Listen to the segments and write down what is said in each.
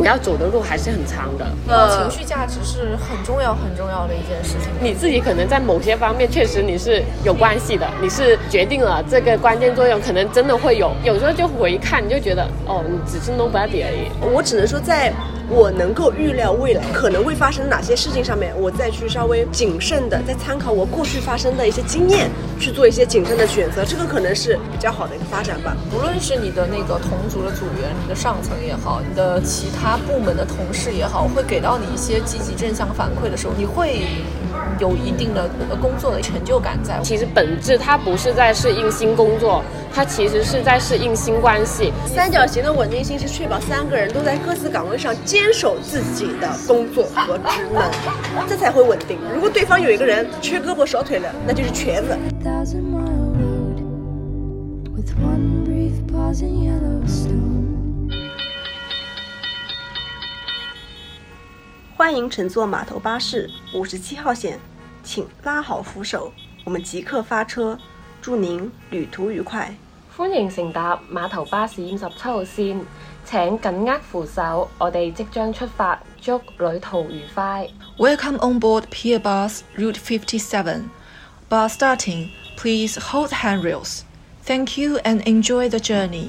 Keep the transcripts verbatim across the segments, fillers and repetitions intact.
要走的路还是很长的。 呃，情绪价值是很重要很重要的一件事情。 你自己可能在某些方面确实你是有关系的，你是决定了这个关键作用，可能真的会有。有时候就回看，你就觉得哦，你只是 nobody 而已。 我只能说，在我能够预料未来可能会发生哪些事情上面，我再去稍微谨慎的，再参考我过去发生的一些经验，去做一些谨慎的选择，这个可能是比较好的一个发展吧。 无论是你的那个同组的组员，你的上层也好，你的其他部门的同事也好，会给到你一些积极正向反馈的时候，你会有一定的工作的成就感在。 其实本质它不是在适应新工作，它其实是在适应新关系。 三角形的稳定性是确保三个人都在各自岗位上坚守自己的工作和职能，这才会稳定。如果对方有一个人缺胳膊少腿的，那就是瘸子。欢迎乘坐码头巴士五十七号线，请拉好扶手，我們即刻發車，祝您旅途愉快。 歡迎乘搭碼頭巴士五十七號線，請緊握扶手，我哋即將出發，祝旅途愉快。 Welcome on board Pier Bus Route fifty-seven. Bus starting, please hold handrails. Thank you and enjoy the journey.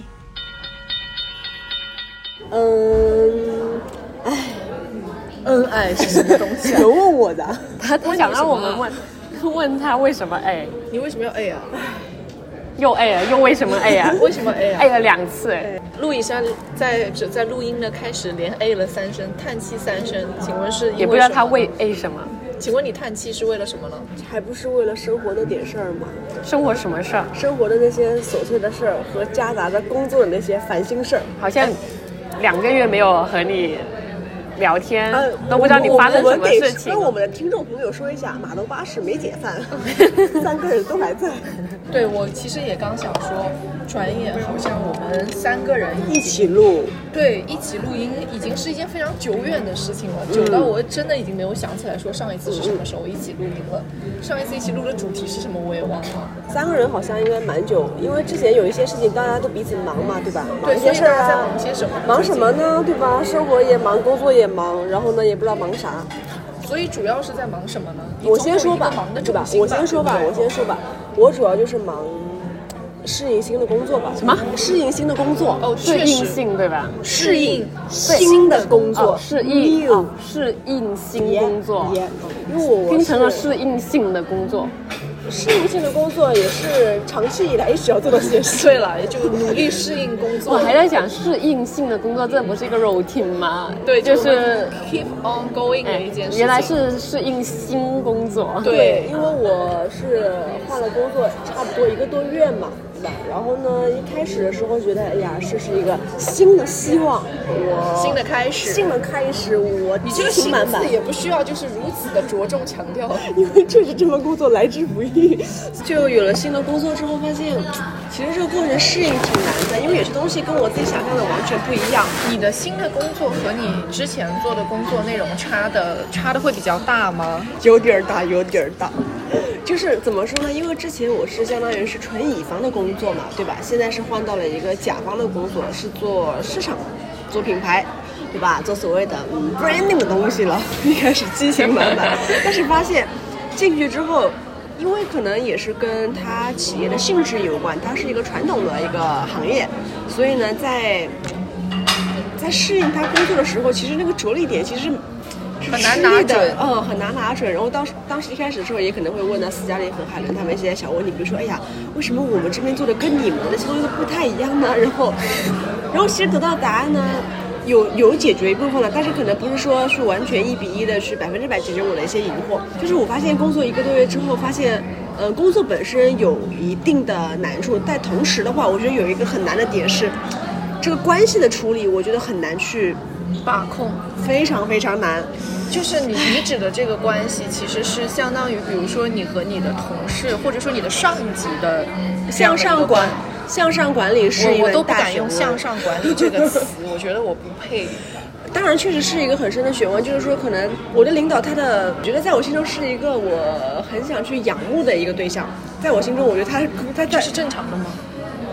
嗯，唉，恩爱是什么东西、啊？有问我的， 他他想让我们问问他为什么 A， 你为什么要 A 啊？ 又 A 了，又为什么 A 啊？ 为什么 A 啊 ？A 了两次哎。 陆以山在在录音的开始连 A 了三声，叹气三声，请问是因为也不知道他为 A 什么？ 请问你叹气是为了什么呢？ 还不是为了生活的点事儿吗？ 生活什么事儿？ 生活的那些琐碎的事儿和夹杂着工作的那些烦心事儿。 好像两个月没有和你聊天、 呃、 都不知道你发生什么事情。 跟我们的听众朋友说一下，码头巴士没解散，三个人都还在。 对，我其实也刚想说，转眼好像我们三个人一起录， 对，一起录音已经是一件非常久远的事情了，久到我真的已经没有想起来说上一次是什么时候一起录音了。上一次一起录的主题是什么我也忘了。 三个人好像应该蛮久，因为之前有一些事情大家都彼此忙嘛，对吧？ 对， 忙一些事儿啊， 在忙些什么？ 忙什么呢？对吧？生活也忙，工作也忙，然后呢也不知道忙啥。 所以主要是在忙什么呢？ 我先说吧，对吧？我先说吧，我先说吧。我主要就是忙适应新的工作吧。 什么？ 适应新的工作？ 哦， 适应性对吧？ 适应新的工作， 哦、适应、哦、适应新工作。 Yeah, yeah. 因为我拼成了适应性的工作。 适应性的工作也是长期以来一直要做的这件事。 对了，就努力适应工作。 我还在想适应性的工作，这不是一个 routine 吗？ 对， 就是 keep on going 的一件事情。 原来是适应新工作。 对，因为我是换了工作差不多一个多月嘛，对吧？然后呢，一开始的时候觉得，哎呀，这是一个新的希望，我新的开始， 新的开始，我你这个新字也不需要就是如此的着重强调， 因为确实这份工作来之不易。就有了新的工作之后，发现其实这个过程适应挺难的，因为有些东西跟我自己想象的完全不一样。 你的新的工作和你之前做的工作内容差的差的会比较大吗？ 有点大，有点大。就是怎么说呢？因为之前我是相当于是纯乙方的工作嘛，对吧？现在是换到了一个甲方的工作，是做市场、做品牌，对吧？做所谓的嗯 branding 的东西了。一开始激情满满，但是发现进去之后。因为可能也是跟他企业的性质有关，它是一个传统的一个行业，所以呢，在在适应他工作的时候，其实那个着力点其实是很难拿准， 嗯，很难拿准。然后当时当时一开始的时候，也可能会问到斯嘉丽和海伦他们一些小问题，比如说，哎呀，为什么我们这边做的跟你们的那些东西都不太一样呢？然后，然后其实得到的答案呢？有有解决一部分了，但是可能不是说是完全一比一的，去百分之百解决我的一些疑惑。就是我发现工作一个多月之后，发现，呃，工作本身有一定的难处，但同时的话，我觉得有一个很难的点是，这个关系的处理，我觉得很难去把控， 非常非常难。 就是你你指的这个关系，其实是相当于，比如说你和你的同事，或者说你的上级的向上管。向上管理是一我我都不敢用向上管理这个词，我觉得我不配。 当然，确实是一个很深的学问，就是说，可能我的领导他的，我觉得在我心中是一个我很想去仰慕的一个对象，在我心中，我觉得他他这是正常的吗？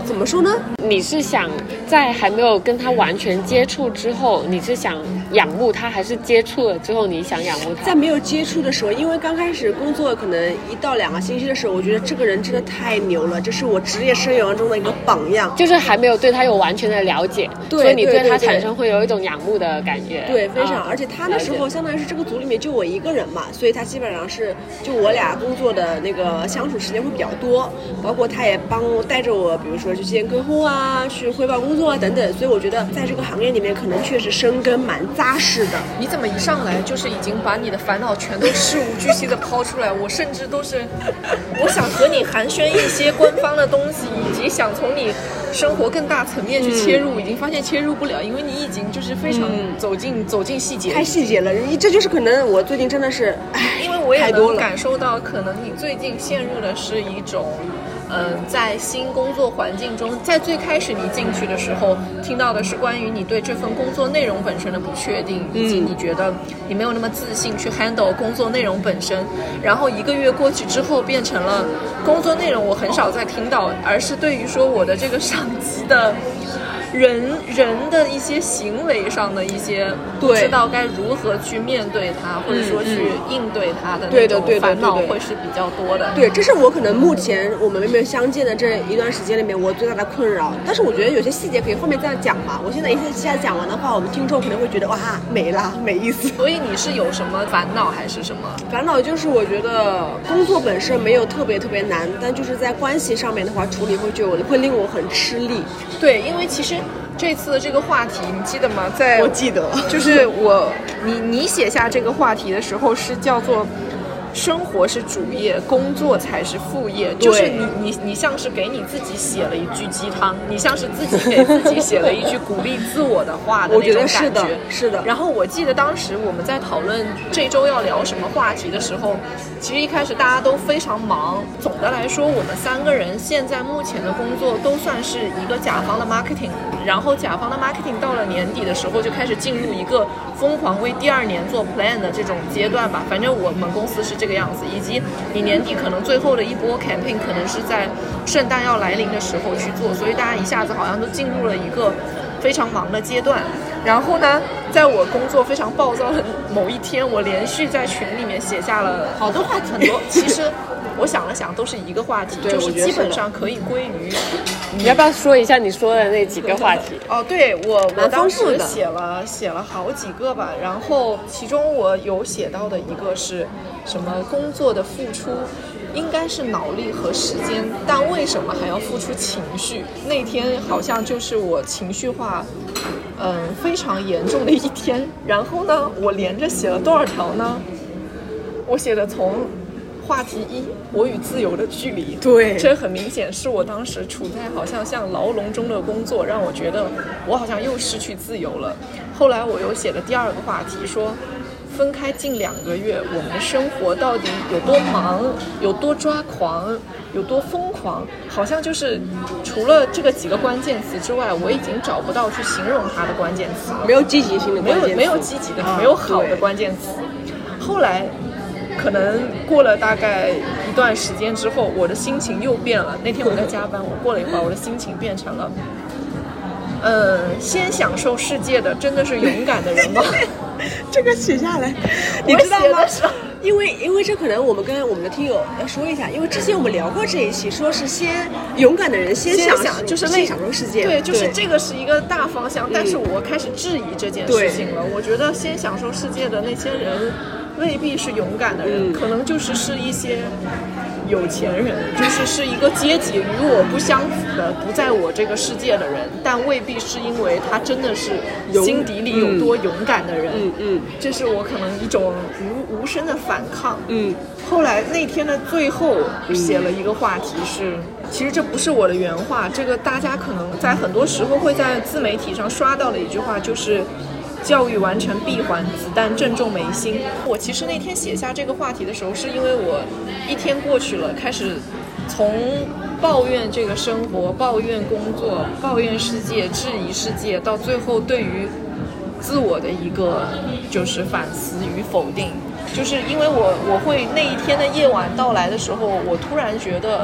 怎么说呢？ 你是想在还没有跟他完全接触之后，你是想仰慕他，还是接触了之后你想仰慕他？ 在没有接触的时候，因为刚开始工作可能一到两个星期的时候，我觉得这个人真的太牛了，这是我职业生涯中的一个榜样。 就是还没有对他有完全的了解， 对， 所以你对他对对对产生会有一种仰慕的感觉。 对，非常。 啊、 而且他那时候相当于是这个组里面就我一个人嘛，所以他基本上是就我俩工作的那个相处时间会比较多，包括他也帮我带着我，比如说去见客户啊，去汇报工作啊等等。所以我觉得在这个行业里面，可能确实生根蛮扎实的。 你怎么一上来就是已经把你的烦恼全都事无巨细的抛出来？我甚至都是，我想和你寒暄一些官方的东西，以及想从你生活更大层面去切入，嗯、已经发现切入不了，因为你已经就是非常走进、嗯、走进细节， 太细节了。这就是可能我最近真的是， 因为我也能感受到，可能你最近陷入的是一种。嗯，在新工作环境中，在最开始你进去的时候，听到的是关于你对这份工作内容本身的不确定，以及你觉得你没有那么自信去 handle 工作内容本身。然后一个月过去之后，变成了工作内容我很少再听到，而是对于说我的这个上级的人人的一些行为上的一些不知道该如何去面对它，或者说去应对它的那种烦恼会是比较多的。 对，这是我可能目前我们没有相见的这一段时间里面我最大的困扰。但是我觉得有些细节可以后面再讲嘛。我现在一下讲完的话，我们听众可能会觉得哇没啦，没意思。 所以你是有什么烦恼还是什么？ 烦恼就是我觉得工作本身没有特别特别难，但就是在关系上面的话，处理会就会令我很吃力。 对，因为其实。这次的这个话题你记得吗？在我记得， 就是我你你写下这个话题的时候是叫做生活是主业，工作才是副业。就是你你你像是给你自己写了一句鸡汤，你像是自己给自己写了一句鼓励自我的话的那种感觉。 我觉得是的，是的。 然后我记得当时我们在讨论这周要聊什么话题的时候，其实一开始大家都非常忙。总的来说，我们三个人现在目前的工作都算是一个甲方的 marketing， 然后甲方的 marketing 到了年底的时候就开始进入一个疯狂为第二年做 plan 的这种阶段吧。反正我们公司是这个样子，以及你年底可能最后的一波 campaign 可能是在圣诞要来临的时候去做，所以大家一下子好像都进入了一个非常忙的阶段。然后呢，在我工作非常暴躁的某一天，我连续在群里面写下了好多话题，很多其实我想了想都是一个话题，就是基本上可以归于你要不要说一下你说的那几个话题？ 哦，对，我我当时写了写了好几个吧，然后其中我有写到的一个是什么工作的付出应该是脑力和时间，但为什么还要付出情绪？那天好像就是我情绪化嗯非常严重的一天。然后呢，我连着写了多少条呢？我写的从话题一，我与自由的距离。 对， 这很明显是我当时处在好像像牢笼中的工作，让我觉得我好像又失去自由了。后来我又写了第二个话题，说分开近两个月，我们生活到底有多忙，有多抓狂，有多疯狂？好像就是除了这个几个关键词之外，我已经找不到去形容它的关键词了。 没有积极性的关键词， 没有没有积极的，啊、没有好的关键词。后来可能过了大概一段时间之后，我的心情又变了。那天我在加班，我过了一会儿，我的心情变成了呃，先享受世界的真的是勇敢的人吗？ 这个写下来，你知道吗？因为因为这可能我们跟我们的听友要说一下，因为之前我们聊过这一期，说是先勇敢的人先享受， 就是先享受世界。 对，就是这个是一个大方向，但是我开始质疑这件事情了。我觉得先享受世界的那些人未必是勇敢的人，嗯、可能就是是一些有钱人，就是是一个阶级与我不相符的不在我这个世界的人，但未必是因为他真的是心底里有多勇敢的人。 嗯嗯， 这是我可能一种无无声的反抗。 嗯， 后来那天的最后写了一个话题是，其实这不是我的原话，这个大家可能在很多时候会在自媒体上刷到的一句话，就是教育完成闭环，子弹正中眉心。我其实那天写下这个话题的时候，是因为我一天过去了，开始从抱怨这个生活、抱怨工作、抱怨世界、质疑世界，到最后对于自我的一个就是反思与否定。就是因为我我会那一天的夜晚到来的时候，我突然觉得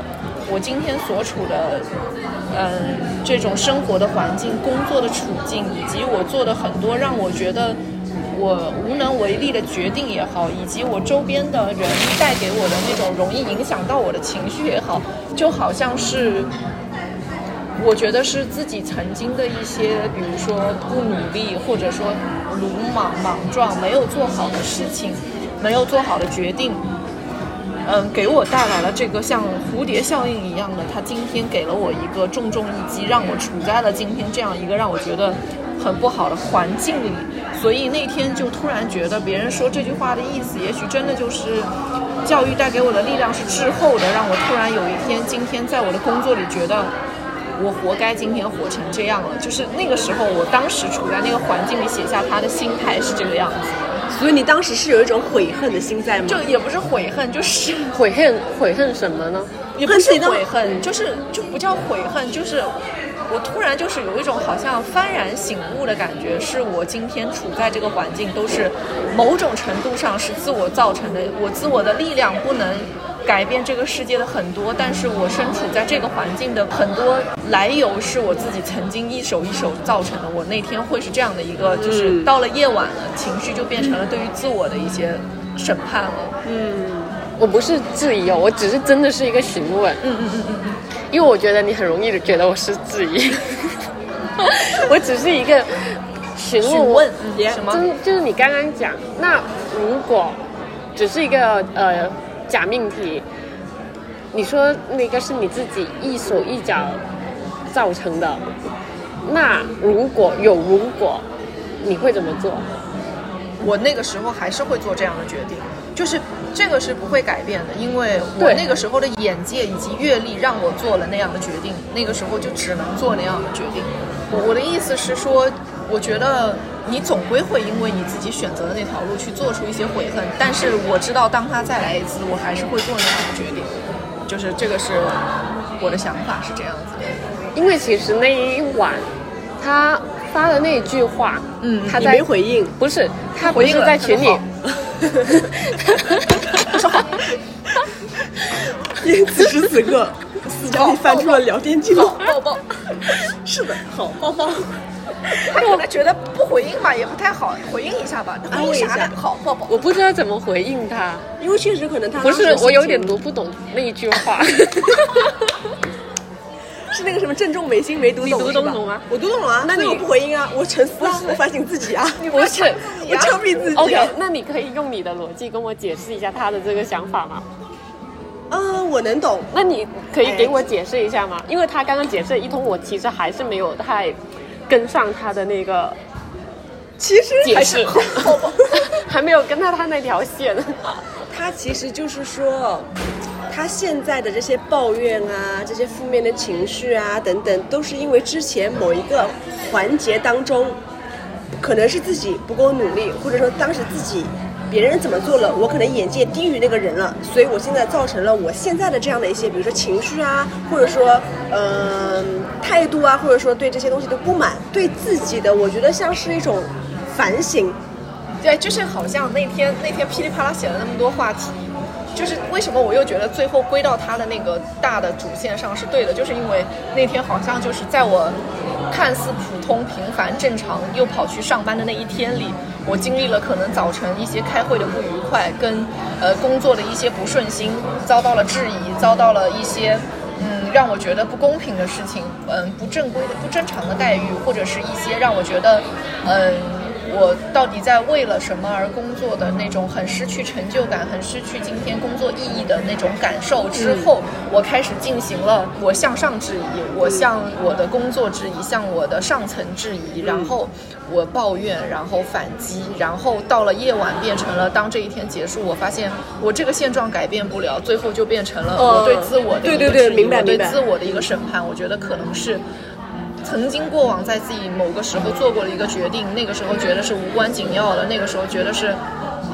我今天所处的嗯这种生活的环境、工作的处境，以及我做的很多让我觉得我无能为力的决定也好，以及我周边的人带给我的那种容易影响到我的情绪也好，就好像是我觉得是自己曾经的一些，比如说不努力，或者说鲁莽莽撞，没有做好的事情，没有做好的决定，嗯，给我带来了这个像蝴蝶效应一样的，它今天给了我一个重重一击，让我处在了今天这样一个让我觉得很不好的环境里。所以那天就突然觉得别人说这句话的意思，也许真的就是教育带给我的力量是滞后的，让我突然有一天今天在我的工作里觉得我活该今天活成这样了。就是那个时候我当时处在那个环境里写下他的心态是这个样子。 所以你当时是有一种悔恨的心在吗？ 就也不是悔恨，就是悔恨悔恨什么呢？ 也不是悔恨，就是就不叫悔恨，就是我突然就是有一种好像幡然醒悟的感觉，是我今天处在这个环境都是某种程度上是自我造成的，我自我的力量不能改变这个世界的很多，但是我身处在这个环境的很多来由是我自己曾经一手一手造成的。我那天会是这样的一个，就是到了夜晚了，情绪就变成了对于自我的一些审判了。 嗯，我不是质疑哦，我只是真的是一个询问。 嗯嗯嗯嗯嗯， 因为我觉得你很容易的觉得我是质疑，我只是一个询问。 询问什么？ 就是就是你刚刚讲，那如果只是一个呃假命题，你说那个是你自己一手一脚造成的，那如果有如果，你会怎么做？ 我那个时候还是会做这样的决定，就是这个是不会改变的，因为我那个时候的眼界以及阅历让我做了那样的决定，那个时候就只能做那样的决定。我的意思是说，我觉得你总归会因为你自己选择的那条路去做出一些悔恨，但是我知道当他再来一次，我还是会做那样的决定，就是这个是我的想法是这样子的。 因为其实那一晚他发的那句话， 嗯， 他在你没回应， 不是他不是在群里， 他说好， 因此时此刻，思佳丽翻出了聊天记录， 抱抱， 是的，好抱抱。 他可能觉得不回应吧也不太好，回应一下吧，回应啥呢？好抱抱。 我不知道怎么回应他， 因为确实可能他不是我有点读不懂那一句话。 是那个什么正中眉心没读懂， 你读懂懂吗？ 我读懂了啊，那你我不回应啊，我沉思啊，我反省自己啊， 不是我枪毙自己、啊。 OK， 那你可以用你的逻辑跟我解释一下他的这个想法吗？ 嗯，我能懂。 那你可以给我解释一下吗？因为他刚刚解释一通，我其实还是没有太跟上他的那个， 其实解释，还没有跟到他那条线。 他其实就是说，他现在的这些抱怨啊，这些负面的情绪啊等等，都是因为之前某一个环节当中，可能是自己不够努力，或者说当时自己别人怎么做了，我可能眼界低于那个人了，所以我现在造成了我现在的这样的一些，比如说情绪啊，或者说嗯、呃、态度啊，或者说对这些东西的不满，对自己的，我觉得像是一种反省。 对，就是好像那天那天噼里啪啦写了那么多话题，就是为什么我又觉得最后归到他的那个大的主线上是对的，就是因为那天好像就是在我看似普通平凡正常又跑去上班的那一天里，我经历了可能早晨一些开会的不愉快，跟呃工作的一些不顺心，遭到了质疑，遭到了一些嗯让我觉得不公平的事情，嗯不正规的不正常的待遇，或者是一些让我觉得嗯我到底在为了什么而工作的那种很失去成就感，很失去今天工作意义的那种感受之后，我开始进行了我向上质疑，我向我的工作质疑，向我的上层质疑，然后我抱怨，然后反击，然后到了夜晚变成了当这一天结束，我发现我这个现状改变不了，最后就变成了我对自我的一个质疑， 对对对，明白明白， 我对自我的一个审判，我觉得可能是曾经过往在自己某个时候做过的一个决定，那个时候觉得是无关紧要的，那个时候觉得是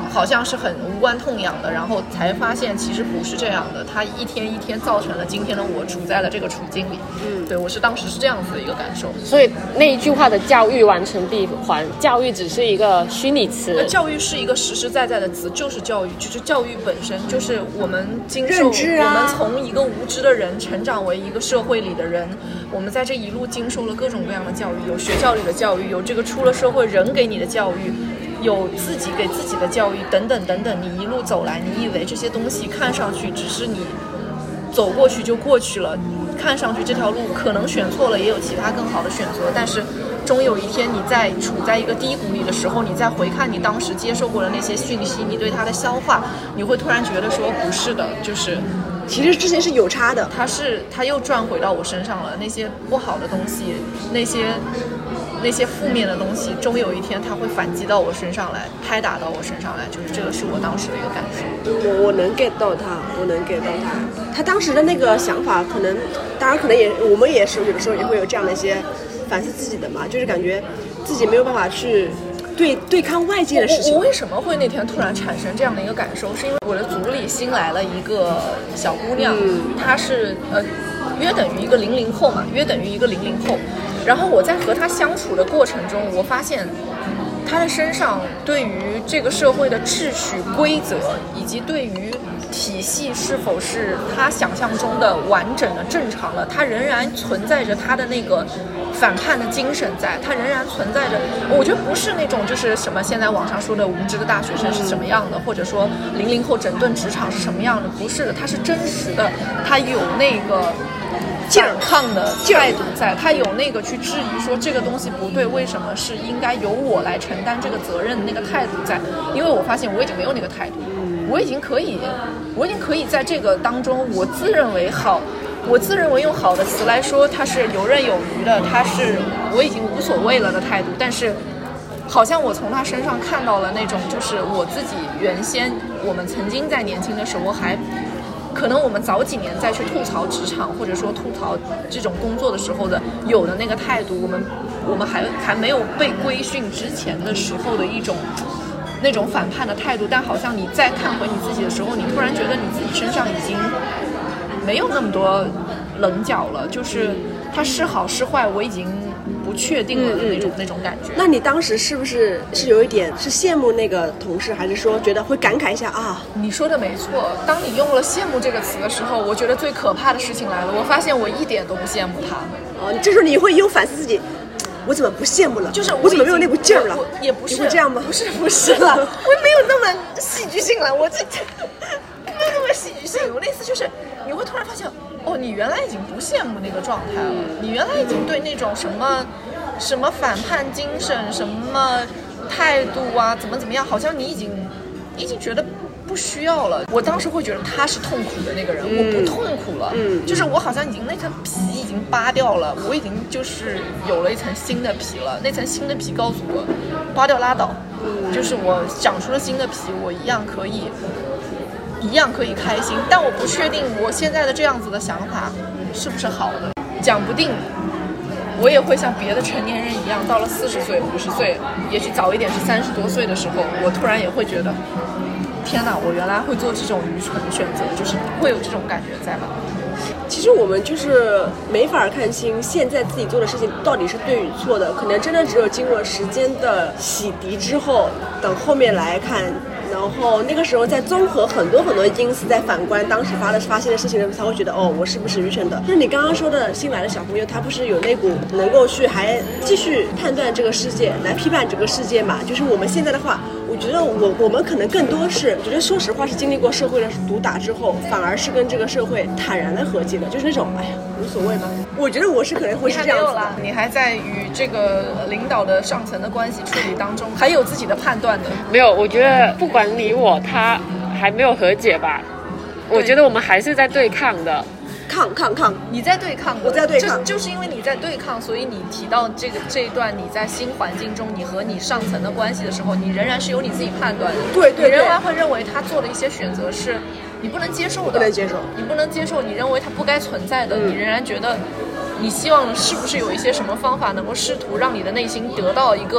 好像是很无关痛痒的，然后才发现其实不是这样的，它一天一天造成了今天的我处在了这个处境里。嗯，对，我是当时是这样子的一个感受。 所以那一句话的教育完成闭环，教育只是一个虚拟词。 教育是一个实实在在的词，就是教育，就是教育本身，就是我们经受， 认知啊、 我们从一个无知的人成长为一个社会里的人，我们在这一路经受了各种各样的教育，有学校里的教育，有这个出了社会人给你的教育，有自己给自己的教育，等等等等。你一路走来，你以为这些东西看上去只是你走过去就过去了，看上去这条路可能选错了，也有其他更好的选择，但是终有一天你在处在一个低谷里的时候，你再回看你当时接受过的那些讯息，你对它的消化，你会突然觉得说不是的，就是其实之前是有差的， 它是它又转回到我身上了，那些不好的东西，那些那些负面的东西，终有一天它会反击到我身上来，拍打到我身上来，就是这个是我当时的一个感受。 我我能 get 到他，我能 get 到他，他当时的那个想法，可能当然可能也我们也是有的时候也会有这样的一些反思自己的嘛，就是感觉自己没有办法去对对抗外界的事情。 我, 我为什么会那天突然产生这样的一个感受，是因为我的组里新来了一个小姑娘，嗯、她是呃约等于一个零零后嘛，约等于一个零零后。然后我在和她相处的过程中，我发现她的身上对于这个社会的秩序规则，以及对于体系是否是她想象中的完整的正常了，她仍然存在着她的那个反叛的精神在，她仍然存在着。我觉得不是那种就是什么现在网上说的无知的大学生是什么样的，或者说零零后整顿职场是什么样的，不是的，她是真实的，她有那个反抗的态度在，他有那个去质疑说这个东西不对，为什么是应该由我来承担这个责任的那个态度在。因为我发现我已经没有那个态度，我已经可以我已经可以在这个当中，我自认为好，我自认为用好的词来说它是游刃有余的，它是我已经无所谓了的态度。但是好像我从他身上看到了那种就是我自己原先我们曾经在年轻的时候还可能我们早几年再去吐槽职场，或者说吐槽这种工作的时候的有的那个态度，我们我们还还没有被规训之前的时候的一种那种反叛的态度。但好像你再看回你自己的时候，你突然觉得你自己身上已经没有那么多棱角了，就是它是好是坏我已经不确定了的那种、嗯嗯、那种感觉。 那你当时是不是是有一点是羡慕那个同事，还是说觉得会感慨一下啊？ 你说的没错，当你用了羡慕这个词的时候，我觉得最可怕的事情来了，我发现我一点都不羡慕他。 哦，这时候你会有反思自己，我怎么不羡慕了？ 就是 我, 我怎么没有那股劲儿了？ 也不是你会这样吗？ 不是不是了，我没有那么戏剧性了，我这没有那么戏剧性。我那次就是你会突然发现，哦，你原来已经不羡慕那个状态了，你原来已经对那种什么什么反叛精神、什么态度啊，怎么怎么样，好像你已经你已经觉得不需要了。我当时会觉得他是痛苦的那个人，嗯、我不痛苦了，嗯，就是我好像已经那层皮已经扒掉了，我已经就是有了一层新的皮了。那层新的皮告诉我，扒掉拉倒，嗯、就是我长出了新的皮，我一样可以。一样可以开心，但我不确定我现在的这样子的想法是不是好的，讲不定我也会像别的成年人一样，到了四十岁、五十岁，也许早一点是三十多岁的时候，我突然也会觉得，天哪，我原来会做这种愚蠢的选择，就是会有这种感觉在吧？ 其实我们就是没法看清现在自己做的事情到底是对与错的，可能真的只有经过时间的洗涤之后，等后面来看。然后那个时候再综合很多很多因素，再反观当时发的发现的事情的时候，才会觉得哦，我是不是愚蠢的？就是你刚刚说的新来的小朋友，他不是有那股能够去还继续判断这个世界，来批判这个世界嘛？就是我们现在的话，我觉得我我们可能更多是，我觉得说实话是经历过社会的毒打之后，反而是跟这个社会坦然的和解的，就是那种哎呀无所谓吧。我觉得我是可能会是这样子的。你还没有啦， 你还在与这个领导的上层的关系处理当中，还有自己的判断的。 没有，我觉得不管你我他还没有和解吧，我觉得我们还是在对抗的。 抗抗抗， 你在对抗， 我在对抗， 就, 就是因为你在对抗，所以你提到这个这一段你在新环境中你和你上层的关系的时候，你仍然是有你自己判断的。 对 对, 对， 你仍然会认为他做的一些选择是你不能接受的， 不能接受， 你不能接受，你认为他不该存在的， 嗯、 你仍然觉得你希望是不是有一些什么方法能够试图让你的内心得到一个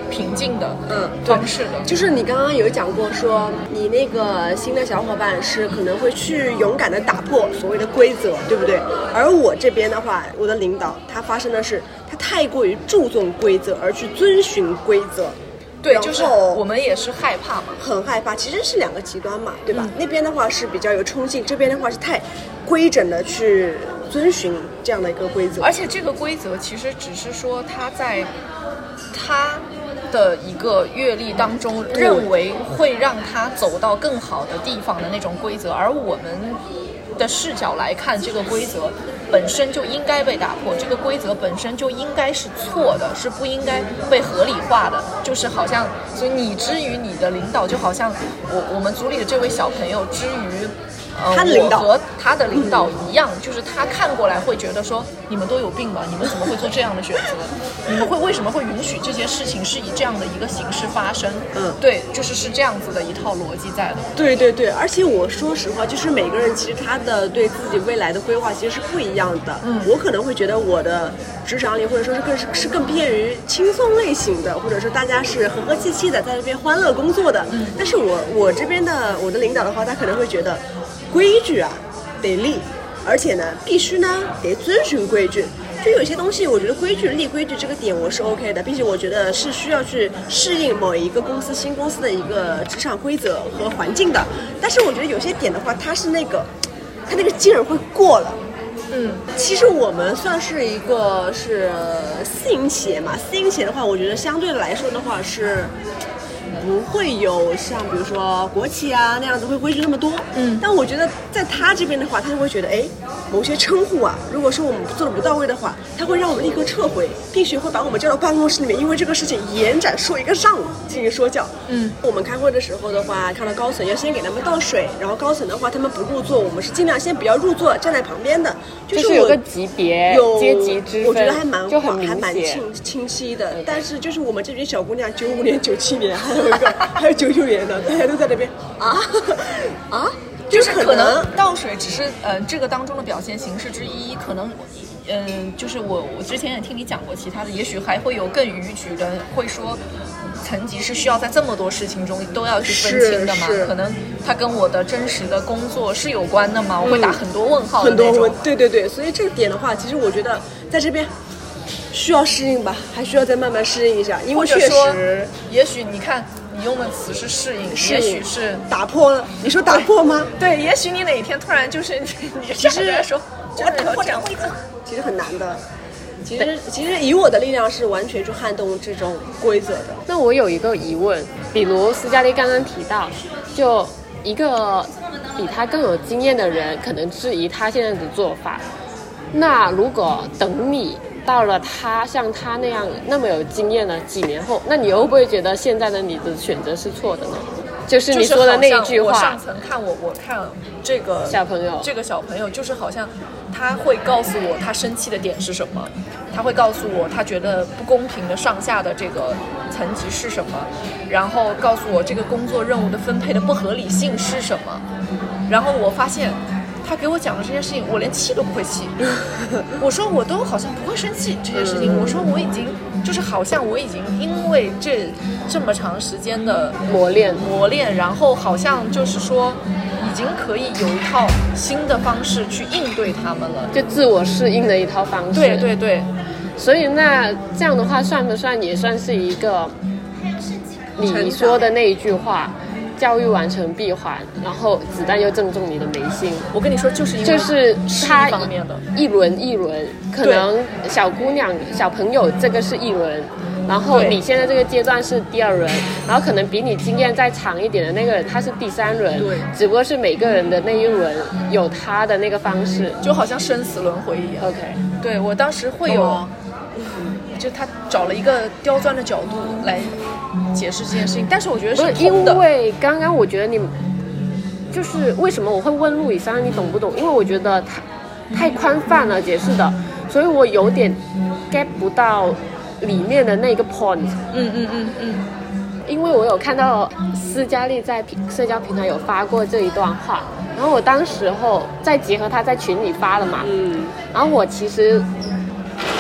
平静的嗯方式的。 就是你刚刚有讲过说，你那个新的小伙伴是可能会去勇敢的打破所谓的规则，对不对？而我这边的话，我的领导他发生的是，他太过于注重规则而去遵循规则。 对，就是我们也是害怕嘛， 很害怕，其实是两个极端嘛，对吧？嗯、那边的话是比较有冲劲，这边的话是太规整的去遵循这样的一个规则。 而且这个规则其实只是说他在他的一个阅历当中认为会让他走到更好的地方的那种规则，而我们的视角来看，这个规则本身就应该被打破，这个规则本身就应该是错的，是不应该被合理化的。就是好像，所以你之于你的领导，就好像我我们组里的这位小朋友之于呃他的领导我和他的领导一样，嗯、就是他看过来会觉得说，你们都有病吧？你们怎么会做这样的选择？你们会为什么会允许这些事情是以这样的一个形式发生？嗯，对，就是是这样子的一套逻辑在的。 对对对，而且我说实话，就是每个人其实他的对自己未来的规划其实是不一样的。嗯，我可能会觉得我的职场里，或者说是更是更偏于轻松类型的，或者说大家是和和气气的在这边欢乐工作的。嗯，但是我我这边的我的领导的话，他可能会觉得规矩啊得立，而且呢必须呢得遵循规矩。就有些东西我觉得规矩立规矩这个点我是 OK 的，并且我觉得是需要去适应某一个公司新公司的一个职场规则和环境的。但是我觉得有些点的话，它是那个它那个劲儿会过了。嗯，其实我们算是一个是私营企业嘛，私营企业的话，我觉得相对来说的话是不会有像比如说国企啊那样子会规矩那么多。嗯，但我觉得在他这边的话，他就会觉得，哎，某些称呼啊，如果说我们做的不到位的话，他会让我们立刻撤回，并且会把我们叫到办公室里面，因为这个事情延展说一个上午进行说教。嗯，我们开会的时候的话，看到高层要先给他们倒水，然后高层的话他们不入座，我们是尽量先不要入座，站在旁边的。 就是我有个级别有阶级之分， 我觉得还蛮就很明显还蛮清清晰的。嗯、但是就是我们这边小姑娘，九五年、九七年，还有一个还有九九年的，大家都在那边啊啊， 就是可能倒水只是呃这个当中的表现形式之一，可能。嗯、呃，就是我我之前也听你讲过其他的，也许还会有更逾矩的，会说层级是需要在这么多事情中都要去分清的嘛？可能它跟我的真实的工作是有关的嘛？我会打很多问号的那种。 很多问，对对对，所以这个点的话，其实我觉得在这边需要适应吧，还需要再慢慢适应一下，因为确实， 也许你看。你用的词是适应，也许是打破了。你说打破吗？ 对，也许你哪一天突然就是你站起来说， 我打破这样规则，其实很难的。其实，其实以我的力量是完全去撼动这种规则的。 那我有一个疑问，比如斯嘉丽刚刚提到，就一个比他更有经验的人，可能质疑他现在的做法。那如果等你到了他像他那样那么有经验的几年后，那你会不会觉得现在的你的选择是错的呢？就是你说的那一句话。 我上层看我，我看这个小朋友， 这个小朋友就是好像他会告诉我他生气的点是什么，他会告诉我他觉得不公平的上下的这个层级是什么，然后告诉我这个工作任务的分配的不合理性是什么，然后我发现。他给我讲的这件事情，我连气都不会气。我说我都好像不会生气这件事情。我说我已经就是好像我已经因为这这么长时间的磨练磨练，然后好像就是说已经可以有一套新的方式去应对他们了， 就自我适应的一套方式。 对对对。 所以那这样的话，算不算也算是一个你说的那一句话？教育完成闭环，然后子弹又正中你的眉心。 我跟你说，就是因为就是他方面的一轮一轮，可能小姑娘、小朋友这个是一轮，然后你现在这个阶段是第二轮，然后可能比你经验再长一点的那个人他是第三轮， 对， 只不过是每个人的那一轮有他的那个方式， 就好像生死轮回一样。 OK， 对我当时会有。哦就他找了一个刁钻的角度来解释这件事情，但是我觉得是通的。 因为刚刚我觉得你就是为什么我会问路易莎你懂不懂？因为我觉得太太宽泛了解释的，所以我有点 get 不到里面的那个 point。 嗯嗯嗯嗯。 因为我有看到斯嘉丽在社交平台有发过这一段话，然后我当时候再结合他在群里发了嘛，嗯，然后我其实。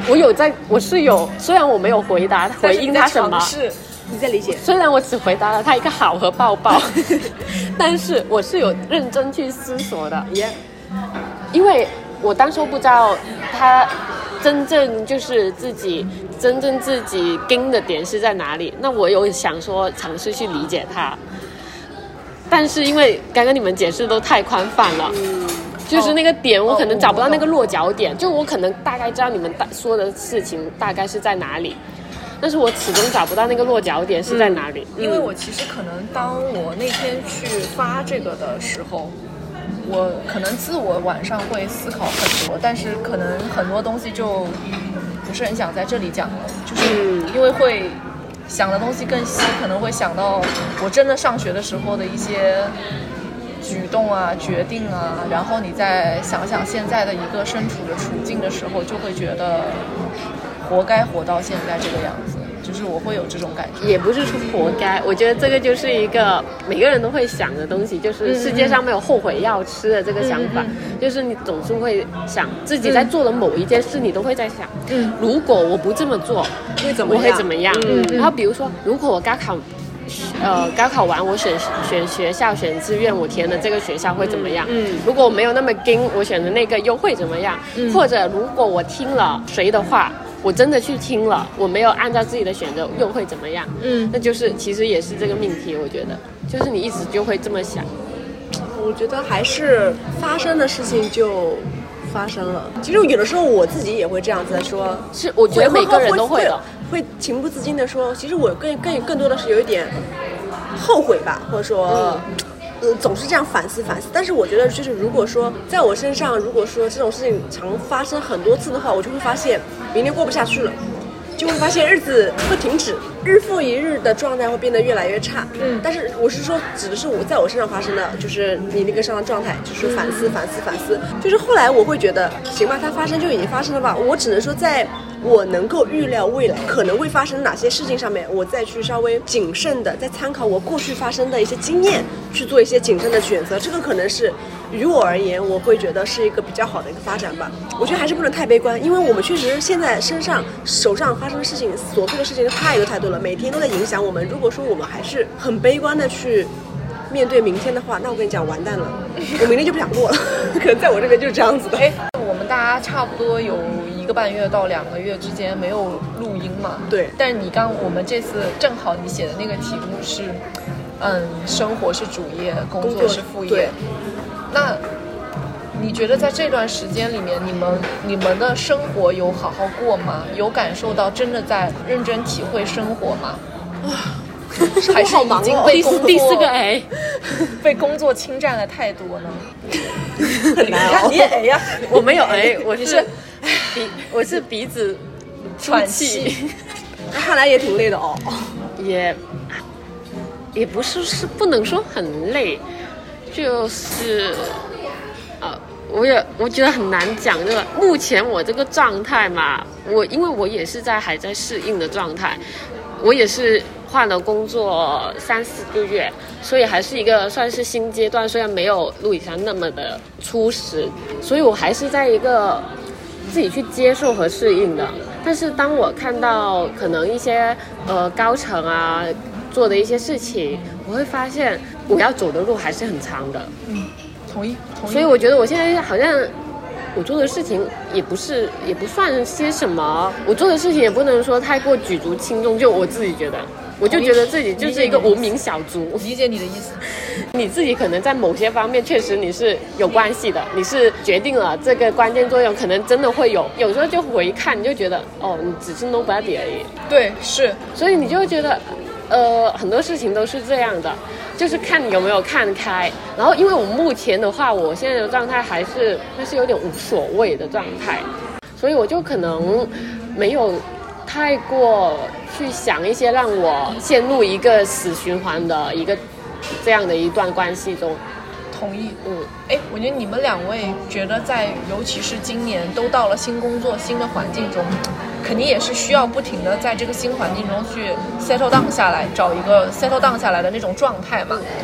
我有在，我是有，虽然我没有回答回应他什么， 你在理解， 虽然我只回答了他一个好和抱抱，但是我是有认真去思索的， 耶、 yeah. 因为我当初不知道他真正就是自己真正自己盯的点是在哪里，那我有想说尝试去理解他，但是因为刚刚你们解释都太宽泛了、嗯、就是那个点我可能找不到那个落脚点、哦、就我可能大概知道你们说的事情大概是在哪里，但是我始终找不到那个落脚点是在哪里、 嗯、因为我其实可能当我那天去发这个的时候，我可能自我晚上会思考很多，但是可能很多东西就不是很想在这里讲了，就是因为会想的东西更细，可能会想到我真的上学的时候的一些举动啊决定啊，然后你再想想现在的一个身处的处境的时候，就会觉得活该活到现在这个样子，就是我会有这种感觉。 也不是说活该，我觉得这个就是一个每个人都会想的东西，就是世界上没有后悔药吃的这个想法、嗯、就是你总是会想自己在做的某一件事、嗯、你都会在想，嗯，如果我不这么做会怎么样， 我会怎么样、嗯、然后比如说如果我高考呃，高考完我选选学校选志愿，我填的这个学校会怎么样？嗯，如果我没有那么跟，我选的那个又会怎么样？嗯，或者如果我听了谁的话，我真的去听了，我没有按照自己的选择，又会怎么样？嗯，那就是其实也是这个命题，我觉得就是你一直就会这么想。 我觉得还是发生的事情就发生了。其实有的时候我自己也会这样子来说， 是我觉得每个人都会的。 会情不自禁的说，其实我更更更多的是有一点后悔吧，或者说、嗯呃、总是这样反思反思。但是我觉得就是如果说在我身上，如果说这种事情常发生很多次的话，我就会发现明天过不下去了，就会发现日子会停止，日复一日的状态会变得越来越差。嗯，但是我是说指的是我在我身上发生的，就是你那个上的状态，就是反思反思反思。就是后来我会觉得行吧，它发生就已经发生了吧，我只能说在我能够预料未来可能会发生哪些事情上面，我再去稍微谨慎的再参考我过去发生的一些经验去做一些谨慎的选择，这个可能是于我而言我会觉得是一个比较好的一个发展吧。我觉得还是不能太悲观，因为我们确实现在身上手上发生的事情琐碎的事情太多太多了，每天都在影响我们。如果说我们还是很悲观的去面对明天的话，那我跟你讲完蛋了，我明天就不想过了可能在我这边就是这样子的。 哎，我们大家差不多有一个半月到两个月之间没有录音嘛， 对， 但是你刚我们这次正好你写的那个题目是嗯，生活是主业，工作是副业，那你觉得在这段时间里面，你们你们的生活有好好过吗？有感受到真的在认真体会生活吗？还是已经被工作第四个 A 被工作侵占了太多呢？ 很难哦， 你也 A 呀、啊？ 我没有 A， 我是鼻我是鼻子喘气， 看来也挺累的哦。 也也不是是不能说很累，就是呃。我也我觉得很难讲，这个目前我这个状态嘛，我因为我也是在还在适应的状态，我也是换了工作三四个月，所以还是一个算是新阶段，虽然没有陆以翔那么的初始，所以我还是在一个自己去接受和适应的。但是当我看到可能一些呃高层啊做的一些事情，我会发现我要走的路还是很长的。 嗯，同意，同意。 所以我觉得我现在好像我做的事情也不是，也不算些什么，我做的事情也不能说太过举足轻重。就我自己觉得，我就觉得自己就是一个无名小卒。 理解你的意思。 你自己可能在某些方面确实你是有关系的，你是决定了这个关键作用，可能真的会有。有时候就回看，你就觉得哦，你只是 nobody 而已。 对，是。 所以你就会觉得，呃，很多事情都是这样的。就是看你有没有看开，然后因为我目前的话，我现在的状态还是还是有点无所谓的状态，所以我就可能没有太过去想一些让我陷入一个死循环的一个这样的一段关系中。 同意，嗯，哎，我觉得你们两位觉得在，尤其是今年都到了新工作、新的环境中，肯定也是需要不停的在这个新环境中去 settle down 下来，找一个 settle down 下来的那种状态嘛。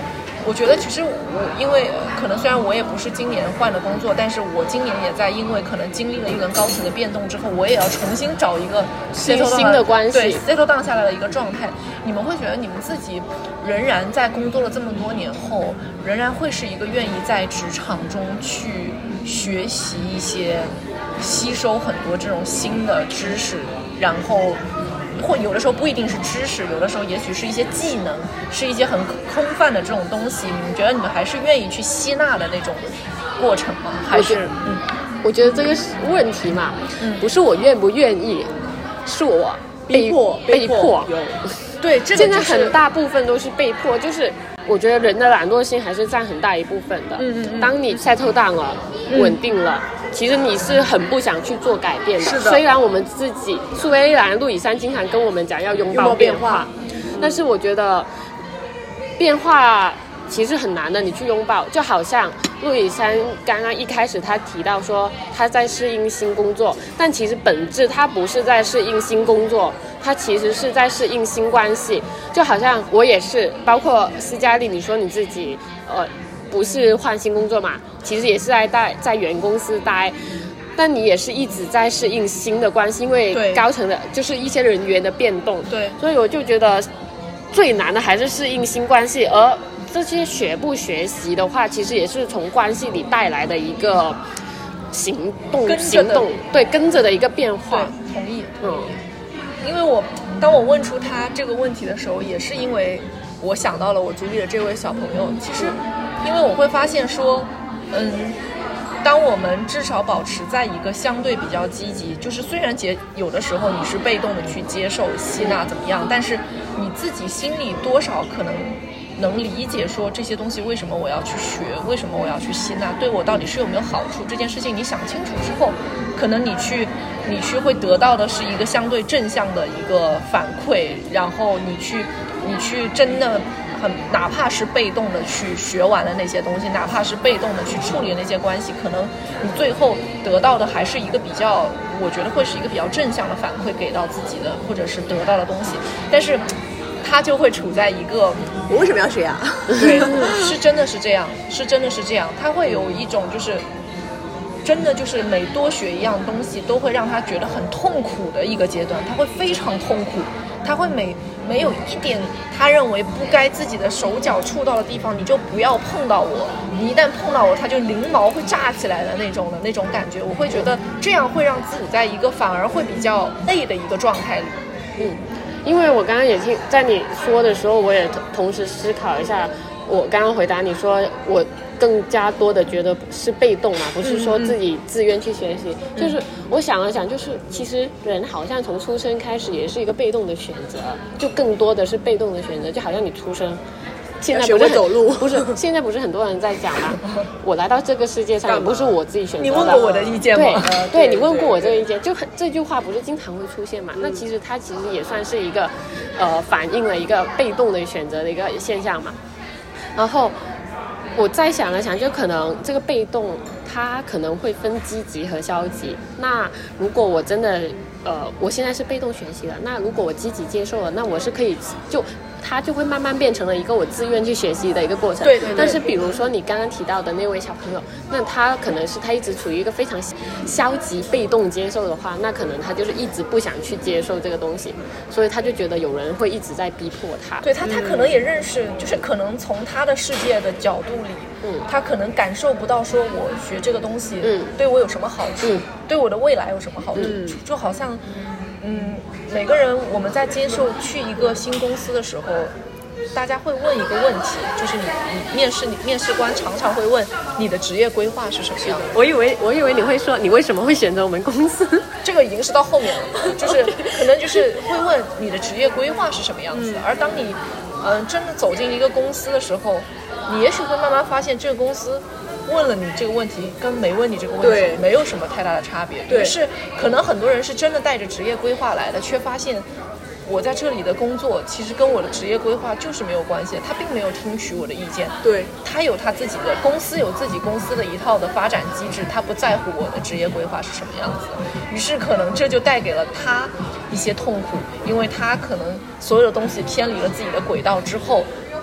我觉得其实我因为可能虽然我也不是今年换的工作，但是我今年也在因为可能经历了一轮高层的变动之后，我也要重新找一个新新的关系， 对 settle down 下来的一个状态。你们会觉得你们自己仍然在工作了这么多年后，仍然会是一个愿意在职场中去学习一些、吸收很多这种新的知识，然后或有的时候不一定是知识，有的时候也许是一些技能，是一些很空泛的这种东西，你们觉得你们还是愿意去吸纳的那种过程吗？还是嗯， 我觉得这个问题嘛， 嗯， 不是我愿不愿意，是我被迫被迫有。 对，这个、就是、 现在很大部分都是被迫，就是我觉得人的懒惰性还是占很大一部分的。 嗯嗯嗯。 当你 settle down 了，嗯、稳定了，其实你是很不想去做改变的。 是的。 虽然我们自己，苏维兰、路易珊经常跟我们讲要拥抱变化， 嗯、 但是我觉得变化其实很难的，你去拥抱，就好像路易珊刚刚一开始他提到说他在适应新工作，但其实本质他不是在适应新工作，他其实是在适应新关系。就好像我也是，包括斯嘉丽，你说你自己呃不是换新工作嘛，其实也是在在在原公司待，但你也是一直在适应新的关系，因为高层的就是一些人员的变动， 对， 所以我就觉得最难的还是适应新关系，而这些学不学习的话，其实也是从关系里带来的一个行动行动，对，跟着的一个变化。 对，同意。嗯，因为我当我问出他这个问题的时候，也是因为我想到了我组里的这位小朋友。其实，因为我会发现说，嗯，当我们至少保持在一个相对比较积极，就是虽然接有的时候你是被动的去接受、吸纳怎么样，但是你自己心里多少可能能理解说这些东西为什么我要去学，为什么我要去吸纳，对我到底是有没有好处，这件事情你想清楚之后，可能你去你去会得到的是一个相对正向的一个反馈，然后你去你去真的很哪怕是被动的去学完了那些东西，哪怕是被动的去处理那些关系，可能你最后得到的还是一个比较，我觉得会是一个比较正向的反馈给到自己的，或者是得到的东西。但是他就会处在一个我为什么要学啊？ 对，是真的是这样，是真的是这样。他会有一种就是真的就是每多学一样东西都会让他觉得很痛苦的一个阶段，他会非常痛苦，他会每没有一点他认为不该自己的手脚触到的地方，你就不要碰到我，你一旦碰到我，他就鳞毛会炸起来的那种的那种感觉。我会觉得这样会让自己在一个反而会比较累的一个状态里。 嗯，因为我刚刚也听在你说的时候，我也同时思考一下，我刚刚回答你说我更加多的觉得是被动嘛，不是说自己自愿去学习、嗯、就是我想了想，就是其实人好像从出生开始也是一个被动的选择，就更多的是被动的选择，就好像你出生现在不是走路， 不是现在不是很多人在讲吗？我来到这个世界上也不是我自己选择的。 你问过我的意见吗？ 对， 呃、 对, 对你问过我这个意见，就很这句话不是经常会出现嘛？嗯、那其实它其实也算是一个呃反映了一个被动的选择的一个现象嘛。然后我再想了想，就可能这个被动它可能会分积极和消极。那如果我真的呃我现在是被动学习了，那如果我积极接受了，那我是可以就它就会慢慢变成了一个我自愿去学习的一个过程。 对对对。 但是比如说你刚刚提到的那位小朋友，那他可能是他一直处于一个非常消极被动接受的话，那可能他就是一直不想去接受这个东西，所以他就觉得有人会一直在逼迫他。 对他，他可能也认识，嗯、就是可能从他的世界的角度里，嗯，他可能感受不到说我学这个东西，嗯，对我有什么好处，嗯，对我的未来有什么好处，嗯，就好像。嗯，每个人我们在接受去一个新公司的时候，大家会问一个问题，就是你你面试你面试官常常会问你的职业规划是什么样的。 我以为我以为你会说你为什么会选择我们公司， 这个已经是到后面了，就是可能就是会问你的职业规划是什么样子的。嗯、而当你嗯、呃、真的走进一个公司的时候，你也许会慢慢发现这个公司问了你这个问题跟没问你这个问题没有什么太大的差别。 对， 是可能很多人是真的带着职业规划来的，却发现我在这里的工作其实跟我的职业规划就是没有关系，他并没有听取我的意见。 对， 他有他自己的公司，有自己公司的一套的发展机制，他不在乎我的职业规划是什么样子的。于是可能这就带给了他一些痛苦，因为他可能所有的东西偏离了自己的轨道之后，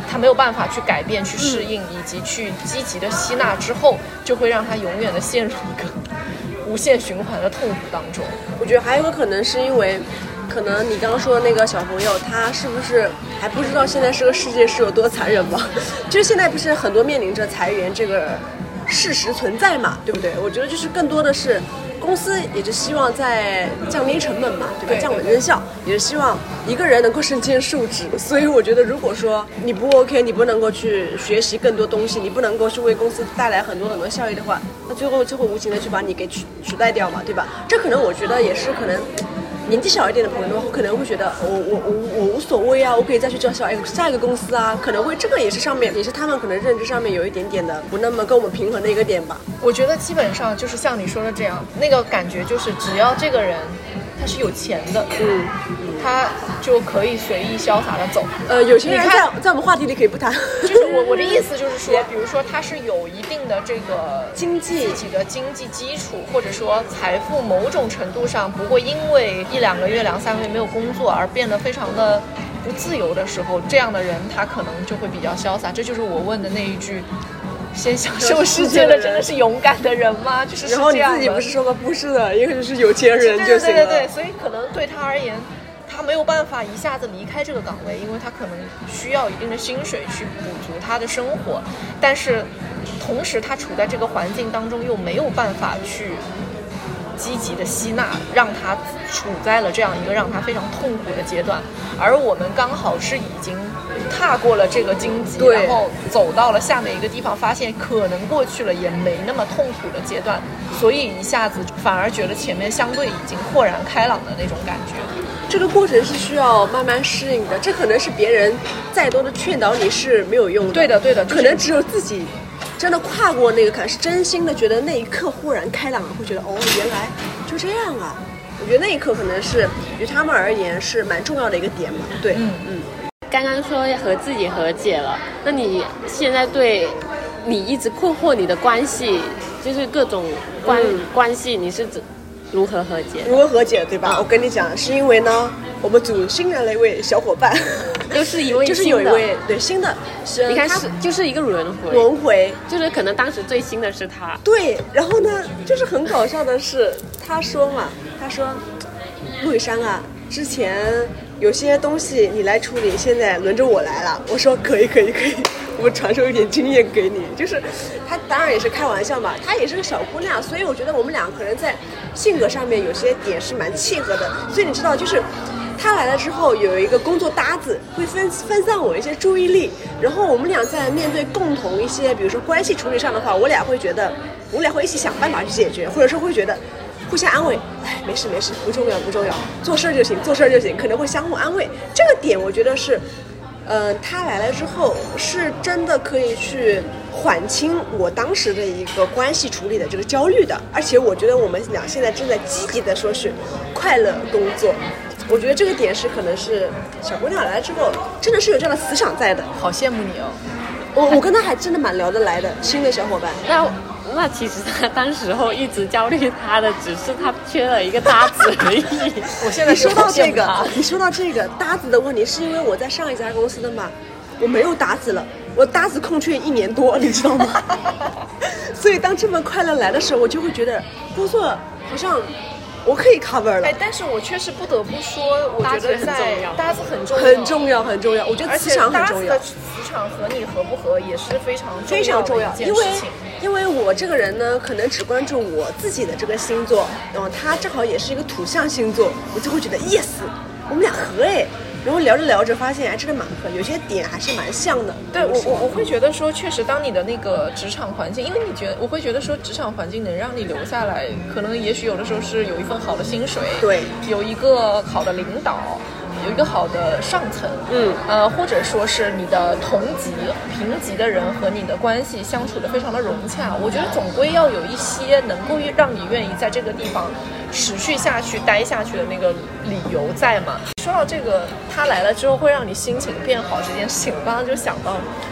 他没有办法去改变、去适应，以及去积极的吸纳之后，就会让他永远的陷入一个无限循环的痛苦当中。 我觉得还有一个可能是因为，可能你刚刚说的那个小朋友，他是不是还不知道现在这个世界是有多残忍吧？就是现在不是很多面临着裁员这个事实存在嘛，对不对？我觉得就是更多的是公司也是希望在降低成本嘛，对吧？ 对降本增效，也是希望一个人能够身兼数职。所以我觉得，如果说你不 OK， 你不能够去学习更多东西，你不能够去为公司带来很多很多效益的话，那最后就会无情的去把你给取取代掉嘛，对吧？这可能我觉得也是可能。年纪小一点的朋友的话，可能会觉得我我我我无所谓啊，我可以再去找下一个下一个公司啊，可能会这个也是上面也是他们可能认知上面有一点点的不那么跟我们平衡的一个点吧。 我觉得基本上就是像你说的这样，那个感觉就是只要这个人他是有钱的， 嗯， 他就可以随意潇洒的走。 呃，有钱人在在我们话题里可以不谈， 就是我我的意思就是说，比如说他是有一定的这个经济自己的经济基础，或者说财富某种程度上不会因为一两个月、两三个月没有工作而变得非常的不自由的时候，这样的人他可能就会比较潇洒。这就是我问的那一句。先享受世界的真的是勇敢的人吗？就是是然后你这样的。 自己不是说吗？不是的，一个就是有钱人就行了。 对对对对，所以可能对他而言，他没有办法一下子离开这个岗位，因为他可能需要一定的薪水去补足他的生活，但是同时他处在这个环境当中又没有办法去积极的吸纳，让他处在了这样一个让他非常痛苦的阶段，而我们刚好是已经踏过了这个荆棘，然后走到了下面一个地方，发现可能过去了也没那么痛苦的阶段，所以一下子反而觉得前面相对已经豁然开朗的那种感觉。 这个过程是需要慢慢适应的，这可能是别人再多的劝导你是没有用的。 对的对的，就是、 可能只有自己真的跨过那个坎，是真心的觉得那一刻豁然开朗了，会觉得哦，原来就这样啊。我觉得那一刻可能是于他们而言是蛮重要的一个点嘛。对， 嗯嗯。 刚刚说和自己和解了，那你现在对你一直困惑你的关系，就是各种关、嗯、关系，你是如何和解？ 如何和解，对吧？嗯、我跟你讲，是因为呢，我们组新来了一位小伙伴， 又是一位就是有一位对新的， 是你看是就是一个轮回， 轮回， 就是可能当时最新的是他。 对，然后呢，就是很搞笑的是，他说嘛，他说，陆羽山啊，之前有些东西你来处理，现在轮着我来了。我说可以可以可以，我传授一点经验给你。就是他当然也是开玩笑嘛，她也是个小姑娘，所以我觉得我们俩可能在性格上面有些点是蛮契合的。所以你知道，就是他来了之后有一个工作搭子，会分分散我一些注意力，然后我们俩在面对共同一些比如说关系处理上的话，我俩会觉得我们俩会一起想办法去解决，或者说会觉得互相安慰，哎，没事没事，不重要不重要，做事就行做事就行，可能会相互安慰。这个点我觉得是呃，他来了之后是真的可以去缓清我当时的一个关系处理的这个焦虑的，而且我觉得我们俩现在正在积极的说是快乐工作。我觉得这个点是可能是小姑娘来了之后真的是有这样的磁场在的。 好羡慕你哦， 我我跟他还真的蛮聊得来的，新的小伙伴。 那那其实他当时候一直焦虑他的只是他缺了一个搭子而已。 我现在你说到这个你说到这个搭子的问题，是因为我在上一家公司的嘛，我没有搭子了，我搭子空缺一年多，你知道吗？所以当这么快乐来的时候，我就会觉得工作好像我可以 cover 了。 哎，但是我确实不得不说，我觉得在搭子很重要， 很重要，很重要。我觉得磁场很重要。 而且搭子的磁场和你合不合也是非常非常重要， 因为因为我这个人呢，可能只关注我自己的这个星座，然后他正好也是一个土象星座，我就会觉得 yes， 我们俩合哎。然后聊着聊着发现哎，真的蛮合，有些点还是蛮像的。 对，我我我会觉得说，确实当你的那个职场环境，因为你觉得我会觉得说，职场环境能让你留下来，可能也许有的时候是有一份好的薪水， 对， 有一个好的领导，有一个好的上层， 嗯， 呃，或者说是你的同级、平级的人和你的关系相处的非常的融洽。我觉得总归要有一些能够让你愿意在这个地方持续下去、待下去的那个理由在嘛。说到这个，他来了之后会让你心情变好这件事情，我刚刚就想到，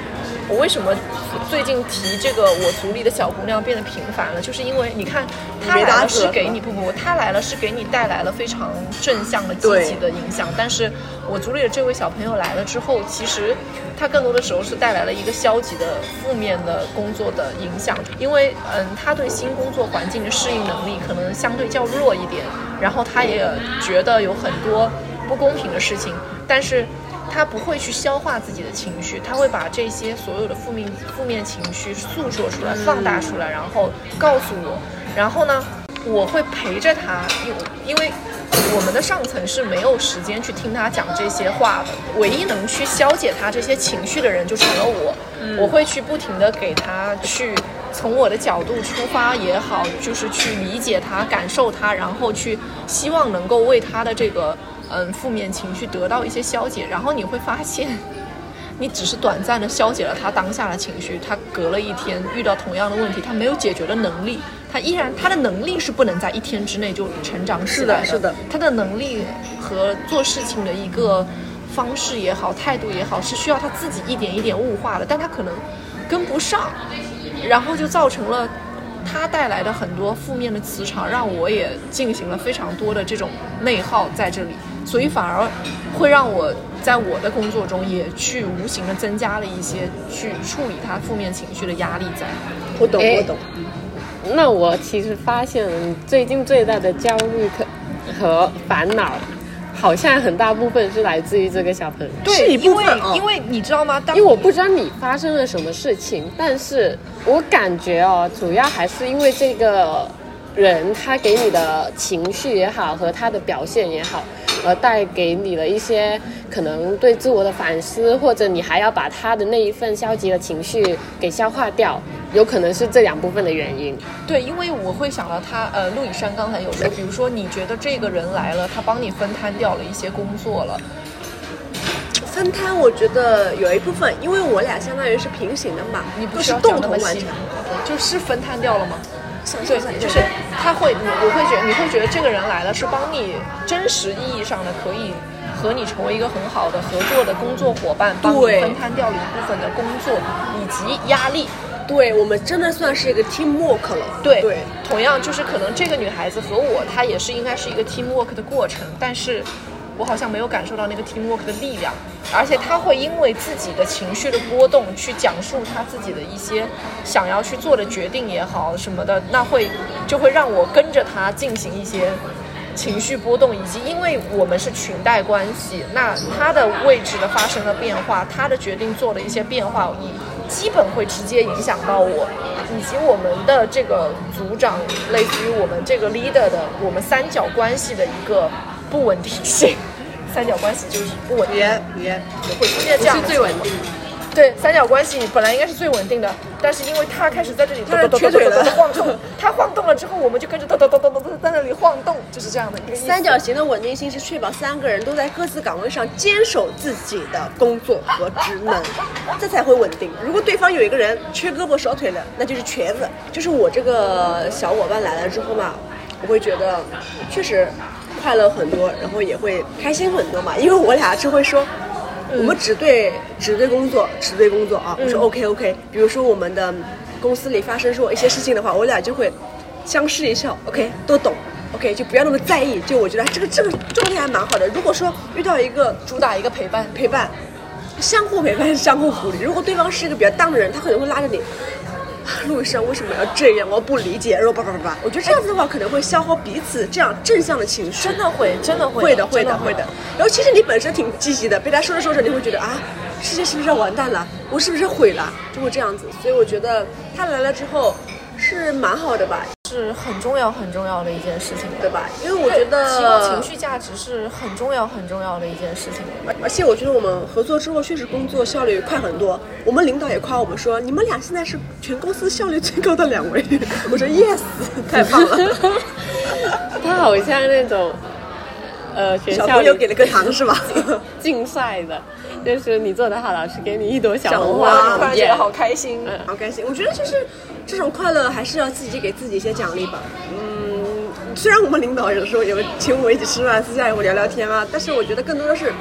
我为什么最近提这个我组里的小姑娘变得频繁了，就是因为你看她来了是给你不不，她来了是给你带来了非常正向的积极的影响，但是我组里的这位小朋友来了之后，其实他更多的时候是带来了一个消极的负面的工作的影响，因为嗯，他对新工作环境的适应能力可能相对较弱一点，然后他也觉得有很多不公平的事情，但是他不会去消化自己的情绪，他会把这些所有的负面负面情绪诉说出来，放大出来，然后告诉我，然后呢，我会陪着他，因因为我们的上层是没有时间去听他讲这些话的，唯一能去消解他这些情绪的人就成了我。嗯、我会去不停的给他去从我的角度出发也好，就是去理解他、感受他，然后去希望能够为他的这个嗯负面情绪得到一些消解。然后你会发现，你只是短暂的消解了他当下的情绪，他隔了一天遇到同样的问题，他没有解决的能力。他依然，他的能力是不能在一天之内就成长起来的。 是的，是的。 他的能力和做事情的一个方式也好，态度也好，是需要他自己一点一点悟化的，但他可能跟不上，然后就造成了他带来的很多负面的磁场，让我也进行了非常多的这种内耗在这里，所以反而会让我在我的工作中也去无形的增加了一些去处理他负面情绪的压力在。 我懂，我懂。 那我其实发现最近最大的焦虑和烦恼好像很大部分是来自于这个小朋友。 对，因为、哦、因为你知道吗？当因为我不知道你发生了什么事情，但是我感觉哦，主要还是因为这个人他给你的情绪也好和他的表现也好，而带给你的一些可能对自我的反思，或者你还要把他的那一份消极的情绪给消化掉，有可能是这两部分的原因。 对，因为我会想到他，呃，陆以山刚才有说，比如说你觉得这个人来了，他帮你分摊掉了一些工作了。 分摊，我觉得有一部分，因为我俩相当于是平行的嘛， 你不是共同完成， 就是分摊掉了吗？对，就是他会，我会觉得，你会觉得这个人来了是帮你真实意义上的可以和你成为一个很好的合作的工作伙伴，帮你分摊掉了一部分的工作以及压力。 对，我们真的算是一个 teamwork 了。 对对， 同样就是可能这个女孩子和我，她也是应该是一个 teamwork 的过程，但是我好像没有感受到那个 teamwork 的力量，而且她会因为自己的情绪的波动去讲述她自己的一些想要去做的决定也好什么的，那会就会让我跟着她进行一些情绪波动，以及因为我们是裙带关系，那她的位置的发生了变化，她的决定做了一些变化，基本会直接影响到我，以及我们的这个组长，类似于我们这个 leader 的我们三角关系的一个不稳定性。三角关系就是不稳定， 语言会出现这样的是最稳定。 对，三角关系本来应该是最稳定的，但是因为他开始在这里突然瘸腿了， 晃动，他晃动了之后，我们就跟着咚咚咚咚咚在那里晃动，就是这样的一个意思。 三角形的稳定性是确保三个人都在各自岗位上坚守自己的工作和职能，这才会稳定。如果对方有一个人缺胳膊少腿的，那就是瘸子。就是我这个小伙伴来了之后嘛，我会觉得确实快乐很多，然后也会开心很多嘛，因为我俩是会说。我们只对只对工作，只对工作啊！我说 OK OK， 比如说我们的公司里发生说一些事情的话，我俩就会相视一笑 ，OK， 都懂 ，OK， 就不要那么在意。就我觉得这个这个状态还蛮好的。如果说遇到一个主打一个陪伴陪伴，相互陪伴，相互鼓励。如果对方是一个比较当的人，他可能会拉着你。陆医生为什么要这样？我不理解，然后叭叭叭叭。我觉得这样子的话，可能会消耗彼此这样正向的情绪。 真的会，真的会， 会的，会的，会的。然后其实你本身挺积极的，被他说着说着，你会觉得啊，世界是不是要完蛋了？我是不是毁了？就会这样子。所以我觉得他来了之后是蛮好的吧， 是很重要很重要的一件事情， 对吧？因为我觉得提供情绪价值是很重要很重要的一件事情。 而且我觉得我们合作之后，确实工作效率快很多。我们领导也夸我们说，你们俩现在是全公司效率最高的两位。我说 yes， 太棒了。 他好像那种，呃，学校小朋友给了个糖是吧？ 竞赛的，就是你做得好，老师给你一朵小红花， 突然觉得好开心， 嗯，好开心。我觉得就是这种快乐，还是要自己给自己一些奖励吧。嗯，虽然我们领导有的时候也会请我们一起吃饭，私下也会聊聊天啊，但是我觉得更多的是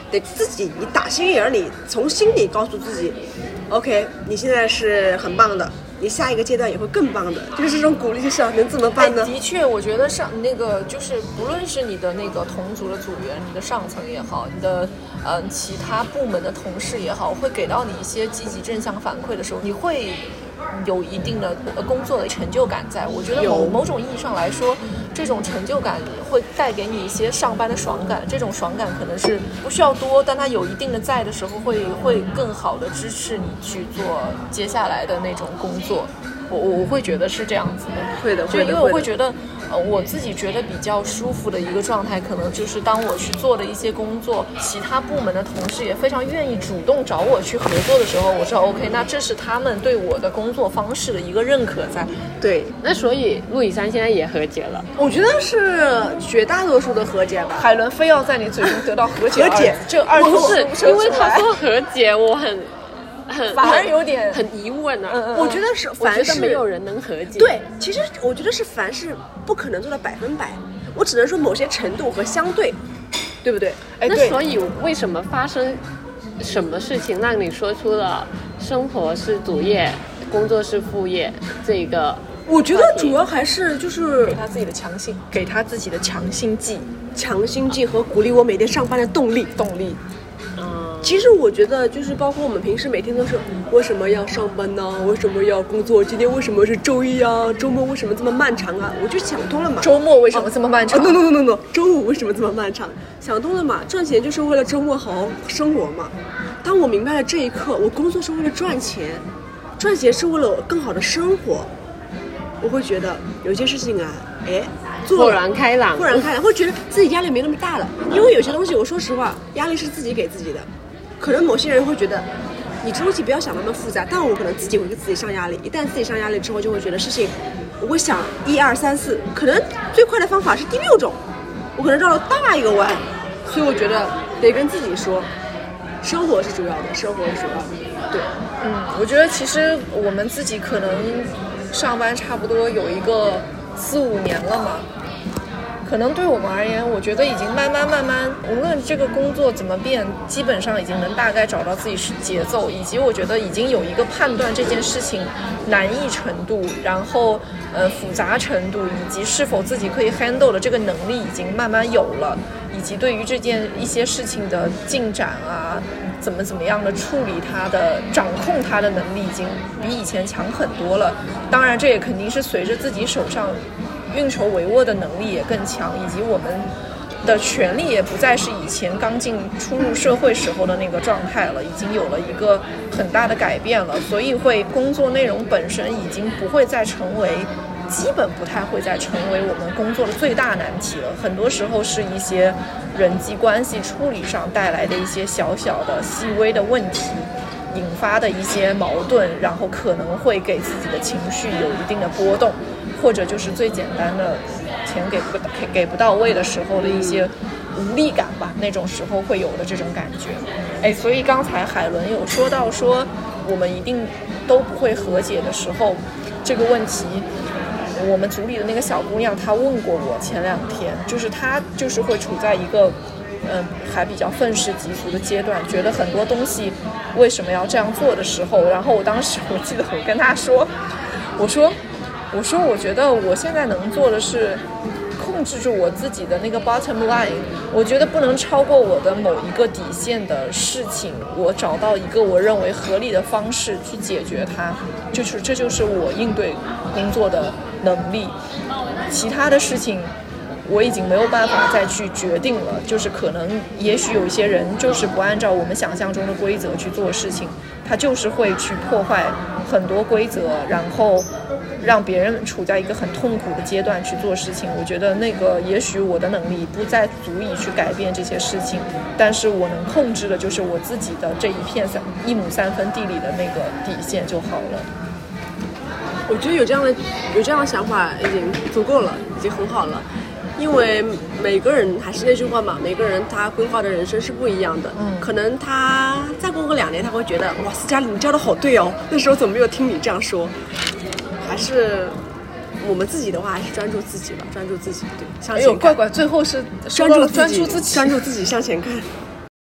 得自己你打心眼里从心里告诉自己 OK 你现在是很棒的，你下一个阶段也会更棒的，就是这种鼓励上能怎么办呢？ 哎、的确我觉得上那个就是不论是你的那个同组的组员，你的上层也好，你的呃其他部门的同事也好，会给到你一些积极正向反馈的时候，你会有一定的工作的成就感在。我觉得某某种意义上来说，这种成就感会带给你一些上班的爽感，这种爽感可能是不需要多，但它有一定的在的时候会会更好的支持你去做接下来的那种工作。我我会觉得是这样子的， 会的， 就因为我会觉得，呃，我自己觉得比较舒服的一个状态，可能就是当我去做的一些工作，其他部门的同事也非常愿意主动找我去合作的时候，我知道 OK， 那这是他们对我的工作方式的一个认可在。 对， 那所以陆以山现在也和解了， 我觉得是绝大多数的和解吧。 海伦非要在你嘴中得到和解， 和解这二不是因为他说和解，我很。很反而有点很疑问啊！ 嗯嗯我觉得是，凡是我觉得没有人能和解。 对，其实我觉得是凡是不可能做到百分百，我只能说某些程度和相对，对不对？ 哎， 那所以为什么发生什么事情让你说出了生活是主业，工作是副业这个？ 我觉得主要还是就是给他自己的强心，给他自己的强心剂、 强心剂和鼓励我每天上班的动力。 动力。 其实我觉得就是包括我们平时每天都是为什么要上班呢？为什么要工作？今天为什么是周一啊？周末为什么这么漫长啊？我就想通了嘛。 周末为什么这么漫长？ 啊、no, no no no no， 周五为什么这么漫长？想通了嘛，赚钱就是为了周末好好生活嘛。当我明白了这一刻，我工作是为了赚钱，赚钱是为了更好的生活，我会觉得有些事情啊，哎。 豁然开朗， 豁然开朗，会觉得自己压力没那么大了。因为有些东西，我说实话，压力是自己给自己的。可能某些人会觉得，你这东西不要想那么复杂，但我可能自己会给自己上压力。一旦自己上压力之后，就会觉得事情，我会想一二三四，可能最快的方法是第六种，我可能绕了大一个弯。所以我觉得得跟自己说，生活是主要的，生活是主要的。对， 嗯，我觉得其实我们自己可能上班差不多有一个四五年了嘛。可能对我们而言，我觉得已经慢慢慢慢，无论这个工作怎么变，基本上已经能大概找到自己是节奏，以及我觉得已经有一个判断这件事情难易程度，然后呃复杂程度，以及是否自己可以 handle 的这个能力已经慢慢有了，以及对于这件一些事情的进展啊，怎么怎么样的处理它的、掌控它的能力已经比以前强很多了。当然，这也肯定是随着自己手上运筹帷幄的能力也更强，以及我们的权利也不再是以前刚进初入社会时候的那个状态了，已经有了一个很大的改变了，所以会工作内容本身已经不会再成为基本不太会再成为我们工作的最大难题了，很多时候是一些人际关系处理上带来的一些小小的细微的问题引发的一些矛盾，然后可能会给自己的情绪有一定的波动，或者就是最简单的钱给不给给不到位的时候的一些无力感吧，那种时候会有的这种感觉。哎，所以刚才海伦有说到说我们一定都不会和解的时候，这个问题我们组里的那个小姑娘她问过我，前两天就是她就是会处在一个嗯，还比较愤世嫉俗的阶段，觉得很多东西为什么要这样做的时候，然后我当时我记得我跟她说，我说我说我觉得我现在能做的是控制住我自己的那个 bottom line， 我觉得不能超过我的某一个底线的事情，我找到一个我认为合理的方式去解决它，就是这就是我应对工作的能力。其他的事情我已经没有办法再去决定了，就是可能也许有一些人就是不按照我们想象中的规则去做事情，他就是会去破坏很多规则，然后让别人处在一个很痛苦的阶段去做事情。我觉得那个也许我的能力不再足以去改变这些事情，但是我能控制的就是我自己的这一片三一亩三分地里的那个底线就好了。 我觉得有这样的有这样的想法已经足够了，已经很好了。因为每个人还是那句话嘛，每个人他规划的人生是不一样的。嗯，可能他再过个两年，他会觉得哇，斯嘉丽你教的好对哦，那时候怎么没有听你这样说？还是我们自己的话，还是专注自己吧，专注自己，对，向前看。 哎呦，怪怪，最后是专注专注自己， 专注自己向前看。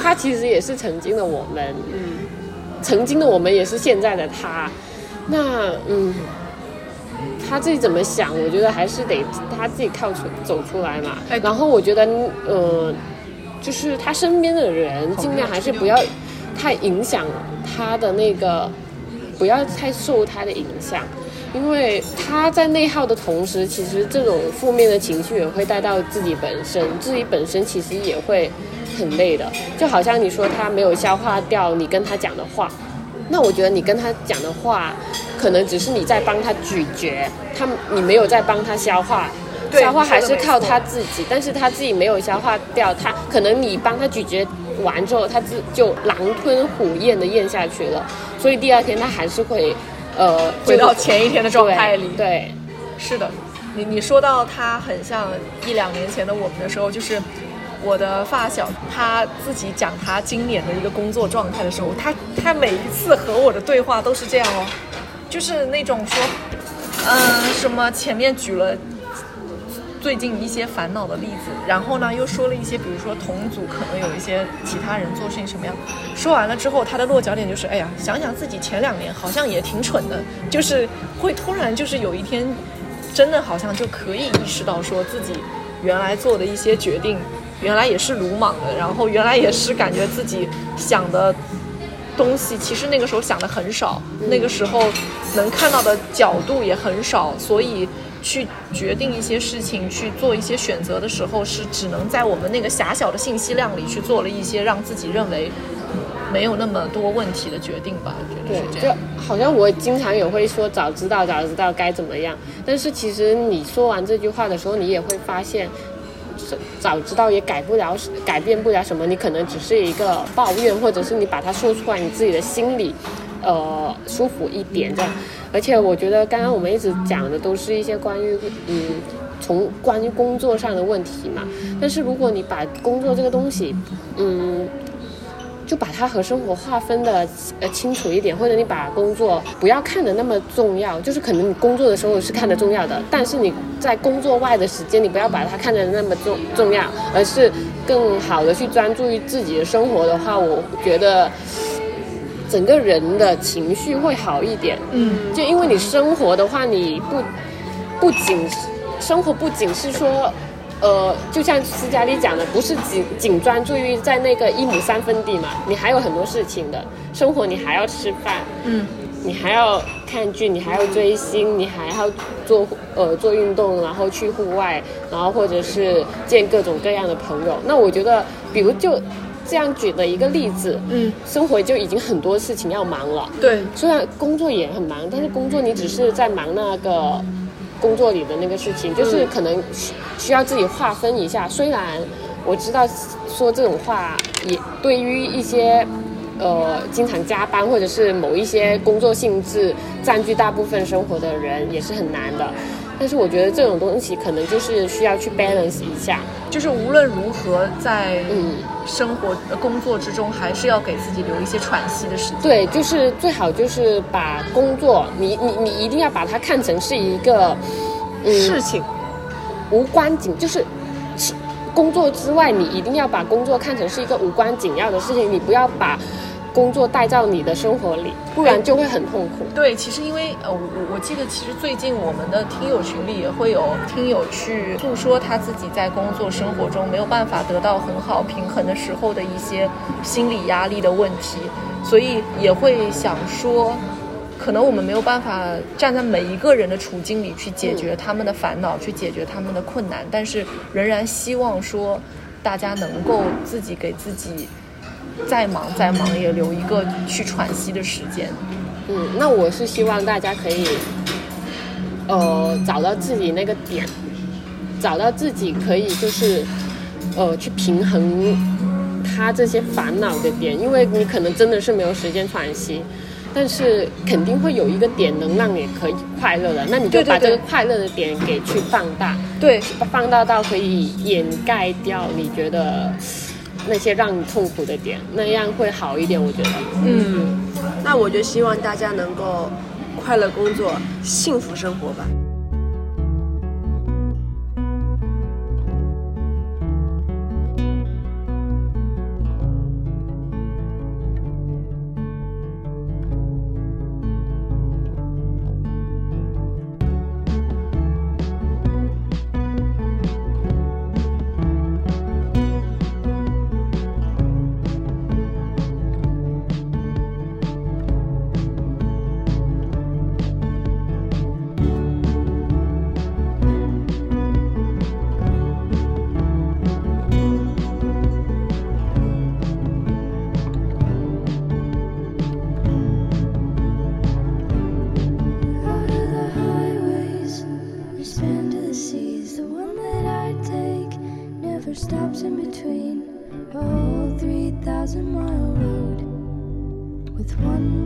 他其实也是曾经的我们，嗯，曾经的我们也是现在的他。那嗯，他自己怎么想，我觉得还是得他自己靠出走出来嘛。然后我觉得，呃，就是他身边的人尽量还是不要太影响他的那个，不要太受他的影响。因为他在内耗的同时，其实这种负面的情绪也会带到自己本身，自己本身其实也会很累的。就好像你说他没有消化掉你跟他讲的话，那我觉得你跟他讲的话，可能只是你在帮他咀嚼，他你没有在帮他消化，消化还是靠他自己，但是他自己没有消化掉，他可能你帮他咀嚼完之后，他自就狼吞虎咽的咽下去了，所以第二天他还是会。呃， 回到前一天的状态里。 对，对是的，你你说到他很像一两年前的我们的时候，就是我的发小他自己讲他今年的一个工作状态的时候，他他每一次和我的对话都是这样哦，就是那种说，嗯、呃，什么前面举了最近一些烦恼的例子，然后呢又说了一些，比如说同组可能有一些其他人做事情什么样，说完了之后他的落脚点就是哎呀，想想自己前两年好像也挺蠢的，就是会突然就是有一天真的好像就可以意识到说自己原来做的一些决定原来也是鲁莽的，然后原来也是感觉自己想的东西其实那个时候想的很少，那个时候能看到的角度也很少，所以去决定一些事情去做一些选择的时候，是只能在我们那个狭小的信息量里去做了一些让自己认为没有那么多问题的决定吧。我觉得是这样。 就好像我经常也会说早知道早知道该怎么样，但是其实你说完这句话的时候，你也会发现早知道也改不了改变不了什么，你可能只是一个抱怨，或者是你把它说出来，你自己的心里呃舒服一点这样。而且我觉得刚刚我们一直讲的都是一些关于嗯从关于工作上的问题嘛，但是如果你把工作这个东西嗯就把它和生活划分的呃清楚一点，或者你把工作不要看得那么重要，就是可能你工作的时候是看得重要的，但是你在工作外的时间你不要把它看得那么重重要，而是更好的去专注于自己的生活的话，我觉得整个人的情绪会好一点。嗯，就因为你生活的话，你不不仅生活不仅是说呃，就像斯嘉丽讲的，不是仅仅专注于在那个一亩三分地嘛，你还有很多事情的生活，你还要吃饭，嗯，你还要看剧，你还要追星，你还要做呃做运动，然后去户外，然后或者是见各种各样的朋友。那我觉得，比如就这样举的一个例子，嗯，生活就已经很多事情要忙了。 对， 虽然工作也很忙，但是工作你只是在忙那个工作里的那个事情，就是可能需要自己划分一下。虽然我知道说这种话也对于一些呃经常加班或者是某一些工作性质占据大部分生活的人也是很难的，但是我觉得这种东西可能就是需要去 balance 一下， 就是无论如何在生活、嗯、工作之中还是要给自己留一些喘息的时间。 对，就是最好就是把工作你你你一定要把它看成是一个、 嗯、事情无关紧，就是工作之外你一定要把工作看成是一个无关紧要的事情，你不要把工作带到你的生活里，不然就会很痛苦。 对，其实因为呃，我我记得其实最近我们的听友群里也会有听友去诉说他自己在工作生活中没有办法得到很好平衡的时候的一些心理压力的问题，所以也会想说可能我们没有办法站在每一个人的处境里去解决他们的烦恼、嗯、去解决他们的困难，但是仍然希望说大家能够自己给自己再忙再忙也留一个去喘息的时间。 嗯，那我是希望大家可以呃找到自己那个点，找到自己可以就是呃去平衡他这些烦恼的点，因为你可能真的是没有时间喘息，但是肯定会有一个点能让你可以快乐的，那你就把这个快乐的点给去放大， 对， 放大到可以掩盖掉你觉得那些让你痛苦的点，那样会好一点，我觉得。 嗯，那我就希望大家能够快乐工作，幸福生活吧。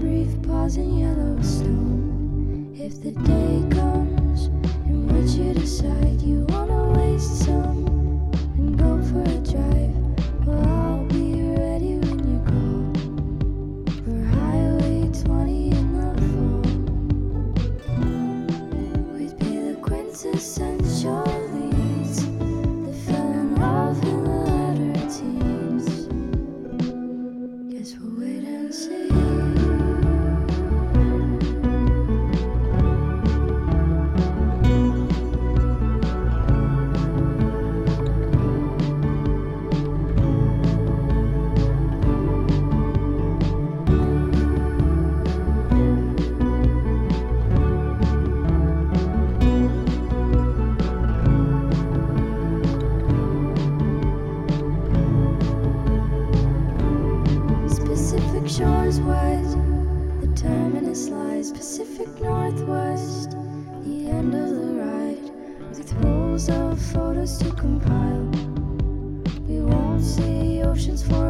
brief pause in Yellowstone. If the day comes in which you decide you wanna waste some and go for a drive, well, I'll be ready when you call for Highway twenty in the fall. We'd be the quintessential leads that fell in love in the latter teens. Guess we'll wait and see. Pacific shores west, the terminus lies Pacific Northwest, the end of the ride, with rolls of photos to compile. We won't see oceans for